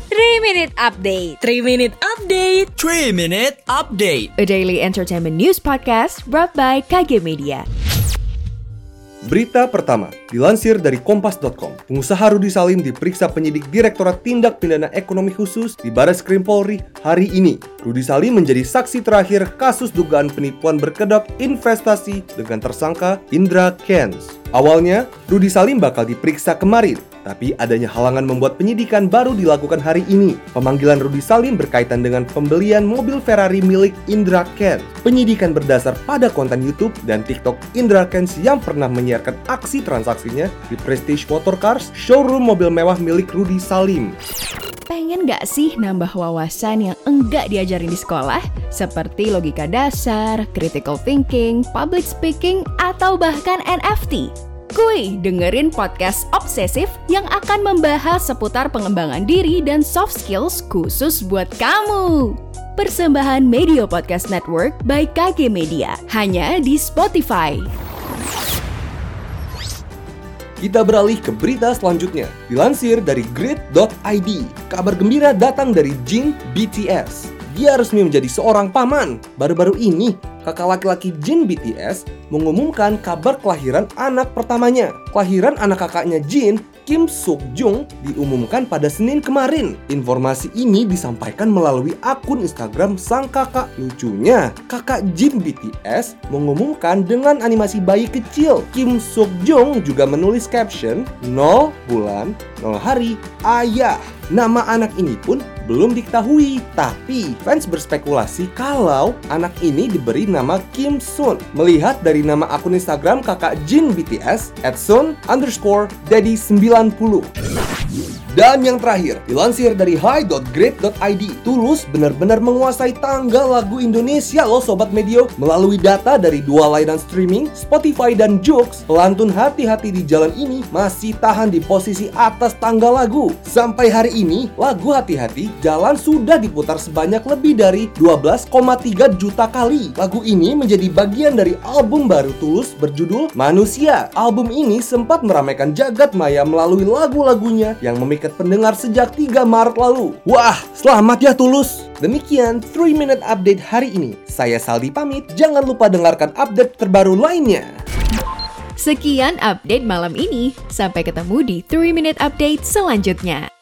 3-Minute Update. 3-Minute Update. 3-Minute Update. A daily entertainment news podcast brought by KG Media. Berita pertama, dilansir dari Kompas.com, pengusaha Rudy Salim diperiksa penyidik Direktorat Tindak Pidana Ekonomi Khusus di Barreskrim Polri hari ini. Rudy Salim menjadi saksi terakhir kasus dugaan penipuan berkedok investasi dengan tersangka Indra Kents. Awalnya, Rudy Salim bakal diperiksa kemarin, tapi adanya halangan membuat penyidikan baru dilakukan hari ini. Pemanggilan Rudy Salim berkaitan dengan pembelian mobil Ferrari milik Indra Kents. Penyidikan berdasar pada konten YouTube dan TikTok Indra Kents yang pernah menyiarkan aksi transaksinya di Prestige Motorcars, showroom mobil mewah milik Rudy Salim. Pengen gak sih nambah wawasan yang enggak diajarin di sekolah? Seperti logika dasar, critical thinking, public speaking, atau bahkan NFT? Kuy, dengerin podcast Obsesif yang akan membahas seputar pengembangan diri dan soft skills khusus buat kamu. Persembahan Media Podcast Network by KG Media, hanya di Spotify. Kita beralih ke berita selanjutnya. Dilansir dari grid.id, kabar gembira datang dari Jin BTS. Dia resmi menjadi seorang paman. Baru-baru ini, kakak laki-laki Jin BTS mengumumkan kabar kelahiran anak pertamanya. Kelahiran anak kakaknya Jin, Kim Seokjung, diumumkan pada Senin kemarin. Informasi ini disampaikan melalui akun Instagram sang kakak. Lucunya, kakak Jin BTS mengumumkan dengan animasi bayi kecil. Kim Seokjung juga menulis caption 0 bulan 0 hari ayah. Nama anak ini pun belum diketahui, tapi fans berspekulasi kalau anak ini diberi nama Kim Sun. Melihat dari nama akun Instagram kakak Jin BTS @sun_daddy90. Dan yang terakhir, dilansir dari hi.grid.id, Tulus benar-benar menguasai tangga lagu Indonesia loh Sobat Medio. Melalui data dari 2 layanan streaming, Spotify dan Joox, pelantun Hati-Hati di Jalan ini masih tahan di posisi atas tangga lagu. Sampai hari ini, lagu Hati-Hati Jalan sudah diputar sebanyak lebih dari 12,3 juta kali. Lagu ini menjadi bagian dari album baru Tulus berjudul Manusia. Album ini sempat meramaikan jagat maya melalui lagu-lagunya yang memikat pendengar sejak 3 Maret lalu. Wah, selamat ya Tulus! Demikian 3-Minute Update hari ini. Saya Saldi pamit, jangan lupa dengarkan update terbaru lainnya. Sekian update malam ini. Sampai ketemu di 3-Minute Update selanjutnya.